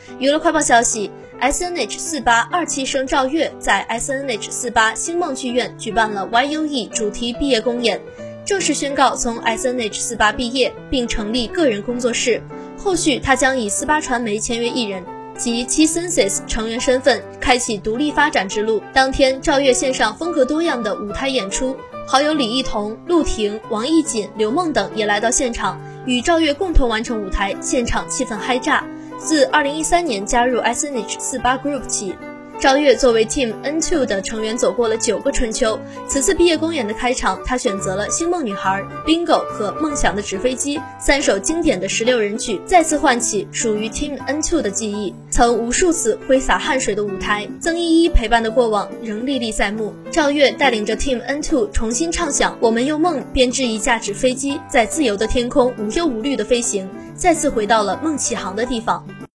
娱乐快报消息 ，SNH48二期生赵月在 SNH48星梦剧院举办了 YUE 主题毕业公演，正式宣告从 SNH48毕业，并成立个人工作室。后续他将以48传媒签约艺人及 T-Senses 成员身份开启独立发展之路。当天，赵月献上风格多样的舞台演出，好友李一桐、陆婷、王艺瑾、刘梦等也来到现场，与赵月共同完成舞台，现场气氛嗨炸。自2013年加入 SNH48 Group 起，赵月作为 Team N2 的成员走过了9个春秋。此次毕业公演的开场，他选择了星梦女孩、Bingo 和梦想的纸飞机3首经典的16人曲，再次唤起属于 Team N2 的记忆。曾无数次挥洒汗水的舞台，曾依依陪伴的过往仍历历在目。赵月带领着 Team N2 重新唱响我们用梦编织一架纸飞机，在自由的天空无忧无虑的飞行，再次回到了梦起航的地方。